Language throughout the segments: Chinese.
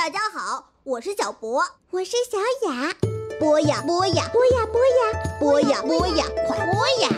大家好，我是小博， 我是小雅。 播呀播呀， 播呀播呀， 播呀播呀，快播呀！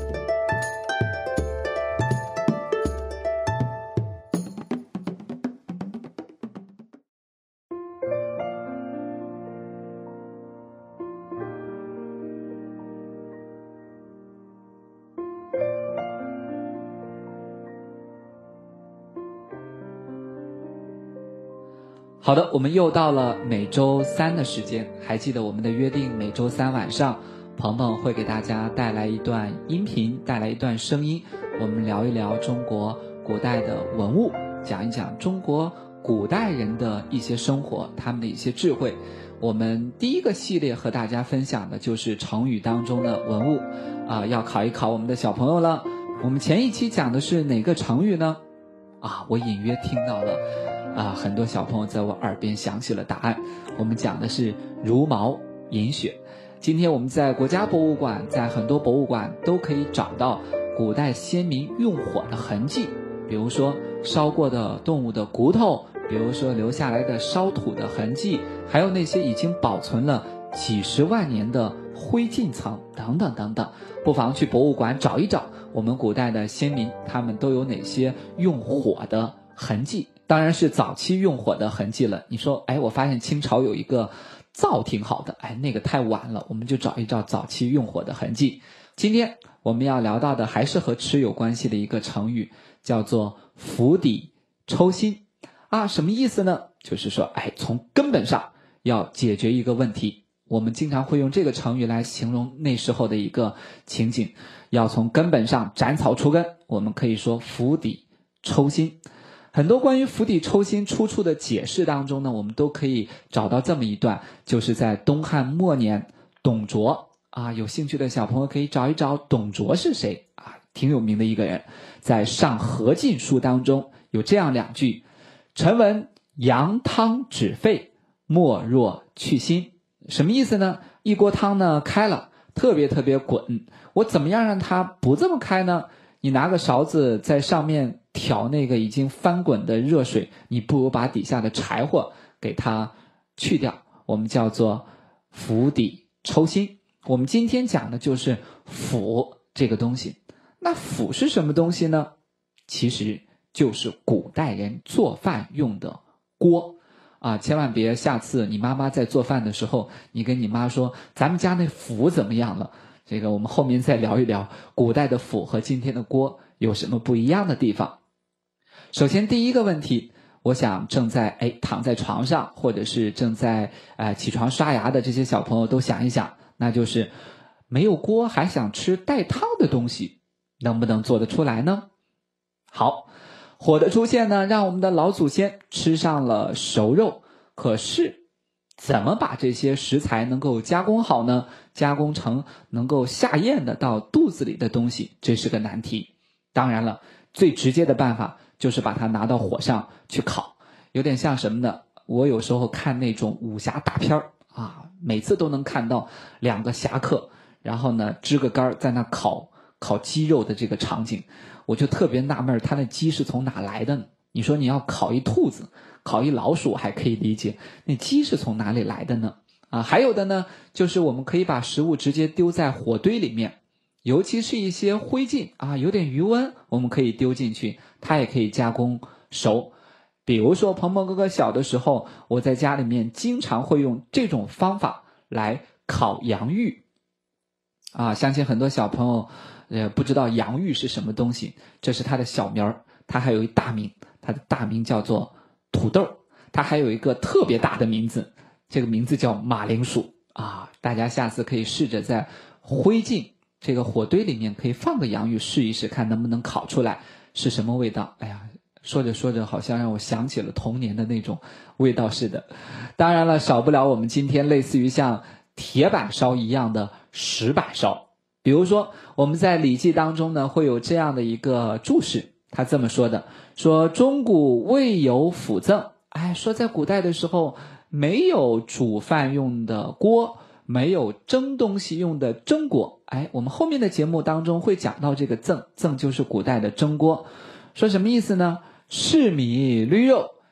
好的，我们又到了每周三的时间，还记得我们的约定，每周三晚上鹏鹏会给大家带来一段音频，带来一段声音，我们聊一聊中国古代的文物，讲一讲中国古代人的一些生活，他们的一些智慧。我们第一个系列和大家分享的就是成语当中的文物要考一考我们的小朋友了。我们前一期讲的是哪个成语呢？我隐约听到了很多小朋友在我耳边响起了答案。我们讲的是茹毛饮血。今天我们在国家博物馆，在很多博物馆都可以找到古代先民用火的痕迹，比如说烧过的动物的骨头，比如说留下来的烧土的痕迹，还有那些已经保存了几十万年的灰烬层等等等等。不妨去博物馆找一找，我们古代的先民他们都有哪些用火的痕迹。当然是早期用火的痕迹了。你说我发现清朝有一个灶挺好的，那个太晚了，我们就找一找早期用火的痕迹。今天我们要聊到的还是和吃有关系的一个成语，叫做釜底抽薪什么意思呢？就是说从根本上要解决一个问题。我们经常会用这个成语来形容那时候的一个情景，要从根本上斩草除根，我们可以说釜底抽薪。很多关于釜底抽薪出处的解释当中呢，我们都可以找到这么一段，就是在东汉末年，董卓有兴趣的小朋友可以找一找董卓是谁挺有名的一个人。在《上何进书》当中有这样两句：臣闻扬汤止沸，莫若去薪。什么意思呢？一锅汤呢开了，特别特别滚，我怎么样让它不这么开呢？你拿个勺子在上面挑那个已经翻滚的热水，你不如把底下的柴火给它去掉，我们叫做釜底抽薪。我们今天讲的就是釜这个东西。那釜是什么东西呢？其实就是古代人做饭用的锅千万别下次你妈妈在做饭的时候，你跟你妈说咱们家那釜怎么样了，这个我们后面再聊一聊古代的釜和今天的锅有什么不一样的地方。首先第一个问题，我想正在躺在床上，或者是正在起床刷牙的这些小朋友都想一想，那就是没有锅还想吃带汤的东西，能不能做得出来呢？好，火的出现呢，让我们的老祖先吃上了熟肉，可是怎么把这些食材能够加工好呢？加工成能够下咽的到肚子里的东西，这是个难题。当然了，最直接的办法就是把它拿到火上去烤，有点像什么呢？我有时候看那种武侠大片每次都能看到两个侠客，然后呢支个杆在那烤鸡肉的这个场景，我就特别纳闷，他那鸡是从哪来的呢？你说你要烤一兔子，烤一老鼠还可以理解，那鸡是从哪里来的呢？还有的呢，就是我们可以把食物直接丢在火堆里面，尤其是一些灰烬有点余温，我们可以丢进去，它也可以加工熟。比如说鹏鹏哥哥小的时候，我在家里面经常会用这种方法来烤洋芋相信很多小朋友不知道洋芋是什么东西，这是它的小名儿，它还有一大名，它的大名叫做土豆，它还有一个特别大的名字，这个名字叫马铃薯大家下次可以试着在灰烬这个火堆里面可以放个洋芋试一试，看能不能烤出来是什么味道。说着说着好像让我想起了童年的那种味道似的。当然了，少不了我们今天类似于像铁板烧一样的石板烧。比如说我们在《礼记》当中呢会有这样的一个注释，他这么说的，说中古未有釜甑，说在古代的时候没有煮饭用的锅，没有蒸东西用的蒸锅。我们后面的节目当中会讲到这个甑就是古代的蒸锅。说什么意思呢？试米捋肉，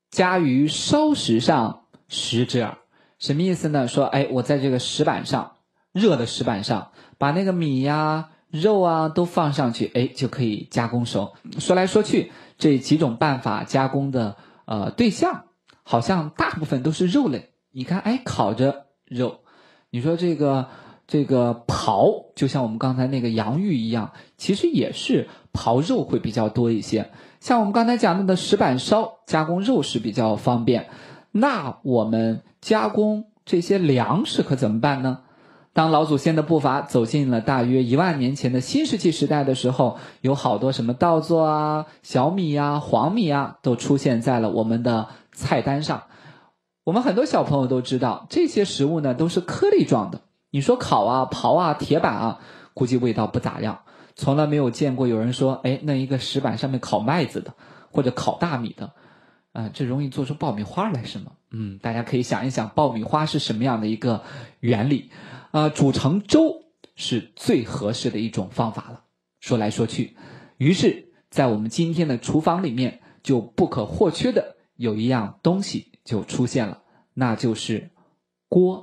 加于烧石上，食之耳。什么意思呢？说我在这个石板上，热的石板上，把那个米呀、肉啊都放上去，就可以加工熟。说来说去，这几种办法加工的对象，好像大部分都是肉类。你看，烤着肉，你说这个刨，就像我们刚才那个洋芋一样，其实也是刨肉会比较多一些。像我们刚才讲到的石板烧，加工肉是比较方便。那我们加工这些粮食可怎么办呢？当老祖先的步伐走进了大约1万年前的新石器时代的时候，有好多什么稻作啊、小米啊、黄米啊，都出现在了我们的菜单上。我们很多小朋友都知道，这些食物呢都是颗粒状的。你说烤啊、刨啊、铁板啊，估计味道不咋样。从来没有见过有人说，那一个石板上面烤麦子的，或者烤大米的，这容易做出爆米花来是吗？大家可以想一想，爆米花是什么样的一个原理？煮成粥是最合适的一种方法了。说来说去，于是在我们今天的厨房里面，就不可或缺的有一样东西就出现了，那就是锅。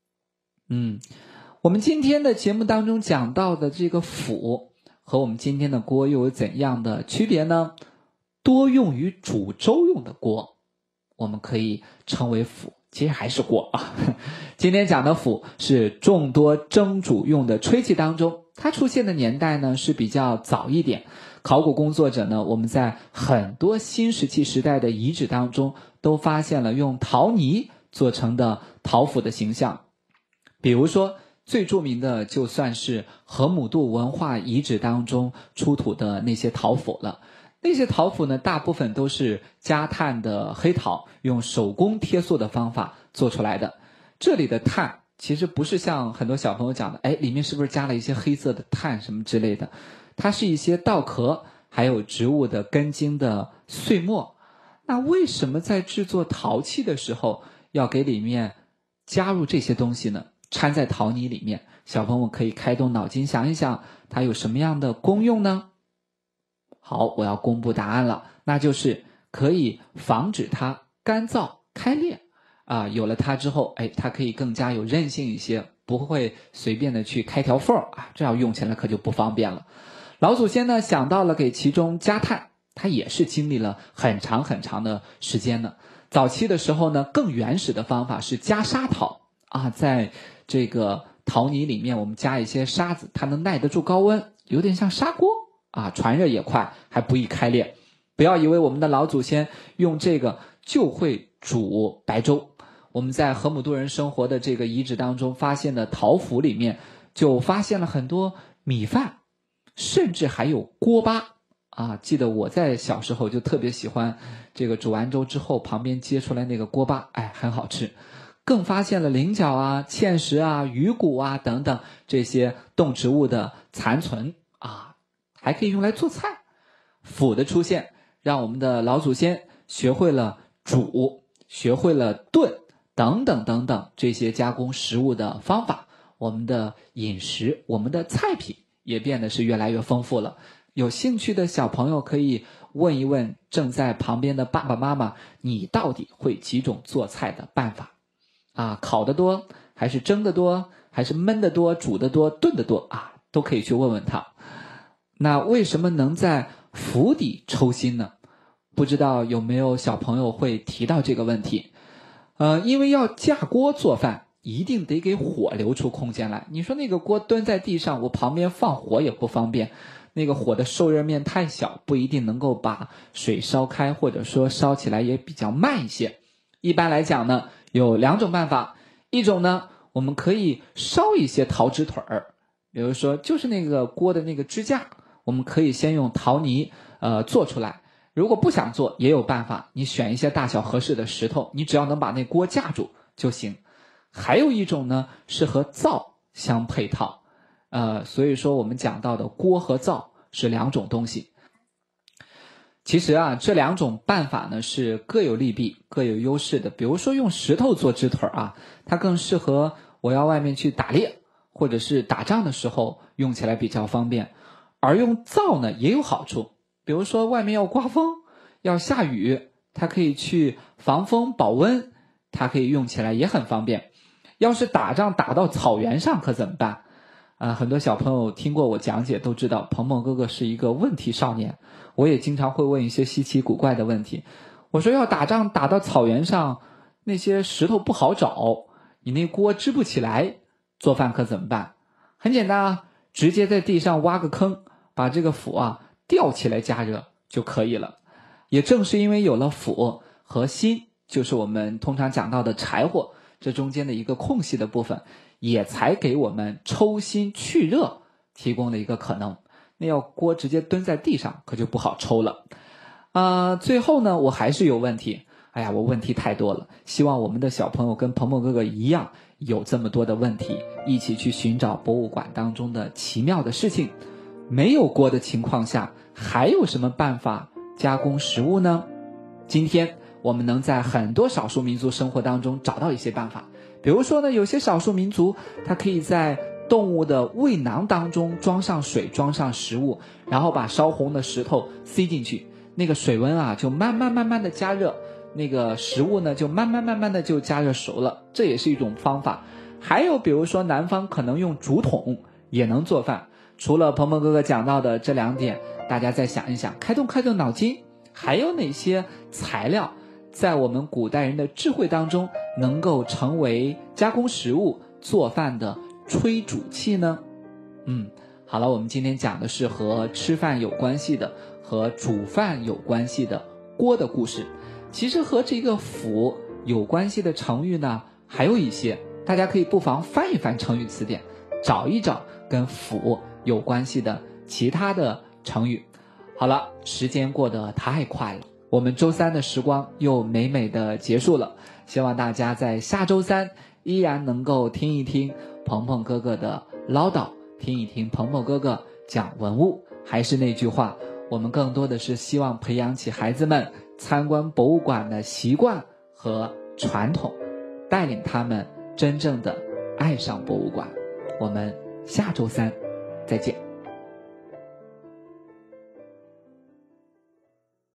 我们今天的节目当中讲到的这个釜和我们今天的锅又有怎样的区别呢？多用于煮粥用的锅，我们可以称为釜，其实还是锅啊。今天讲的釜是众多蒸煮用的炊器当中，它出现的年代呢是比较早一点。考古工作者呢，我们在很多新石器时代的遗址当中都发现了用陶泥做成的陶釜的形象。比如说最著名的就算是河姆渡文化遗址当中出土的那些陶釜了。那些陶釜呢，大部分都是加炭的黑陶，用手工贴塑的方法做出来的。这里的炭其实不是像很多小朋友讲的，里面是不是加了一些黑色的炭什么之类的，它是一些稻壳还有植物的根茎的碎末。那为什么在制作陶器的时候要给里面加入这些东西呢？掺在陶泥里面，小朋友可以开动脑筋想一想，它有什么样的功用呢？好，我要公布答案了，那就是可以防止它干燥开裂有了它之后，它可以更加有韧性一些，不会随便的去开条缝这样用起来可就不方便了。老祖先呢想到了给其中加炭，它也是经历了很长很长的时间呢。早期的时候呢，更原始的方法是加沙陶在这个陶泥里面我们加一些沙子，它能耐得住高温，有点像砂锅传热也快，还不易开裂。不要以为我们的老祖先用这个就会煮白粥。我们在河姆渡人生活的这个遗址当中发现的陶釜里面，就发现了很多米饭，甚至还有锅巴记得我在小时候就特别喜欢这个煮完粥之后旁边接出来那个锅巴，很好吃。更发现了菱角芡实鱼骨等等这些动植物的残存还可以用来做菜。釜的出现让我们的老祖先学会了煮，学会了炖等等等等这些加工食物的方法，我们的饮食，我们的菜品也变得是越来越丰富了。有兴趣的小朋友可以问一问正在旁边的爸爸妈妈，你到底会几种做菜的办法烤得多还是蒸得多还是焖得多煮得多炖得多都可以去问问他。那为什么能在釜底抽薪呢？不知道有没有小朋友会提到这个问题。因为要架锅做饭一定得给火留出空间来。你说那个锅蹲在地上，我旁边放火也不方便，那个火的受热面太小，不一定能够把水烧开，或者说烧起来也比较慢一些。一般来讲呢，有2种办法。一种呢，我们可以烧一些陶纸腿儿，比如说就是那个锅的那个支架，我们可以先用陶泥做出来。如果不想做也有办法，你选一些大小合适的石头，你只要能把那锅架住就行。还有一种呢是和灶相配套，所以说我们讲到的锅和灶是2种东西。其实这2种办法呢是各有利弊各有优势的。比如说用石头做支腿它更适合我要外面去打猎或者是打仗的时候用起来比较方便。而用灶呢也有好处，比如说外面要刮风要下雨， 它可以去防风保温，它可以用起来也很方便。要是打仗打到草原上可怎么办？很多小朋友听过我讲解都知道，鹏鹏哥哥是一个问题少年，我也经常会问一些稀奇古怪的问题。我说要打仗打到草原上，那些石头不好找，你那锅支不起来，做饭可怎么办？很简单啊，直接在地上挖个坑，把这个釜吊起来加热就可以了。也正是因为有了釜和薪，就是我们通常讲到的柴火，这中间的一个空隙的部分，也才给我们抽薪去热提供了一个可能。那要锅直接蹲在地上，可就不好抽了。最后呢，我还是有问题。我问题太多了，希望我们的小朋友跟鹏鹏哥哥一样，有这么多的问题，一起去寻找博物馆当中的奇妙的事情。没有锅的情况下，还有什么办法加工食物呢？今天我们能在很多少数民族生活当中找到一些办法。比如说呢，有些少数民族它可以在动物的胃囊当中装上水，装上食物，然后把烧红的石头塞进去，那个水温就慢慢的加热，那个食物呢就慢慢的就加热熟了，这也是一种方法。还有比如说南方可能用竹筒也能做饭。除了鹏鹏哥哥讲到的这2点，大家再想一想，开动脑筋，还有哪些材料在我们古代人的智慧当中能够成为加工食物做饭的炊煮器呢？好了，我们今天讲的是和吃饭有关系的，和煮饭有关系的锅的故事。其实和这个釜有关系的成语呢还有一些，大家可以不妨翻一翻成语词典，找一找跟釜有关系的其他的成语。好了，时间过得太快了，我们周3的时光又美美的结束了。希望大家在下周3依然能够听一听鹏鹏哥哥的唠叨，听一听鹏鹏哥哥讲文物。还是那句话，我们更多的是希望培养起孩子们参观博物馆的习惯和传统，带领他们真正的爱上博物馆。我们下周3再见。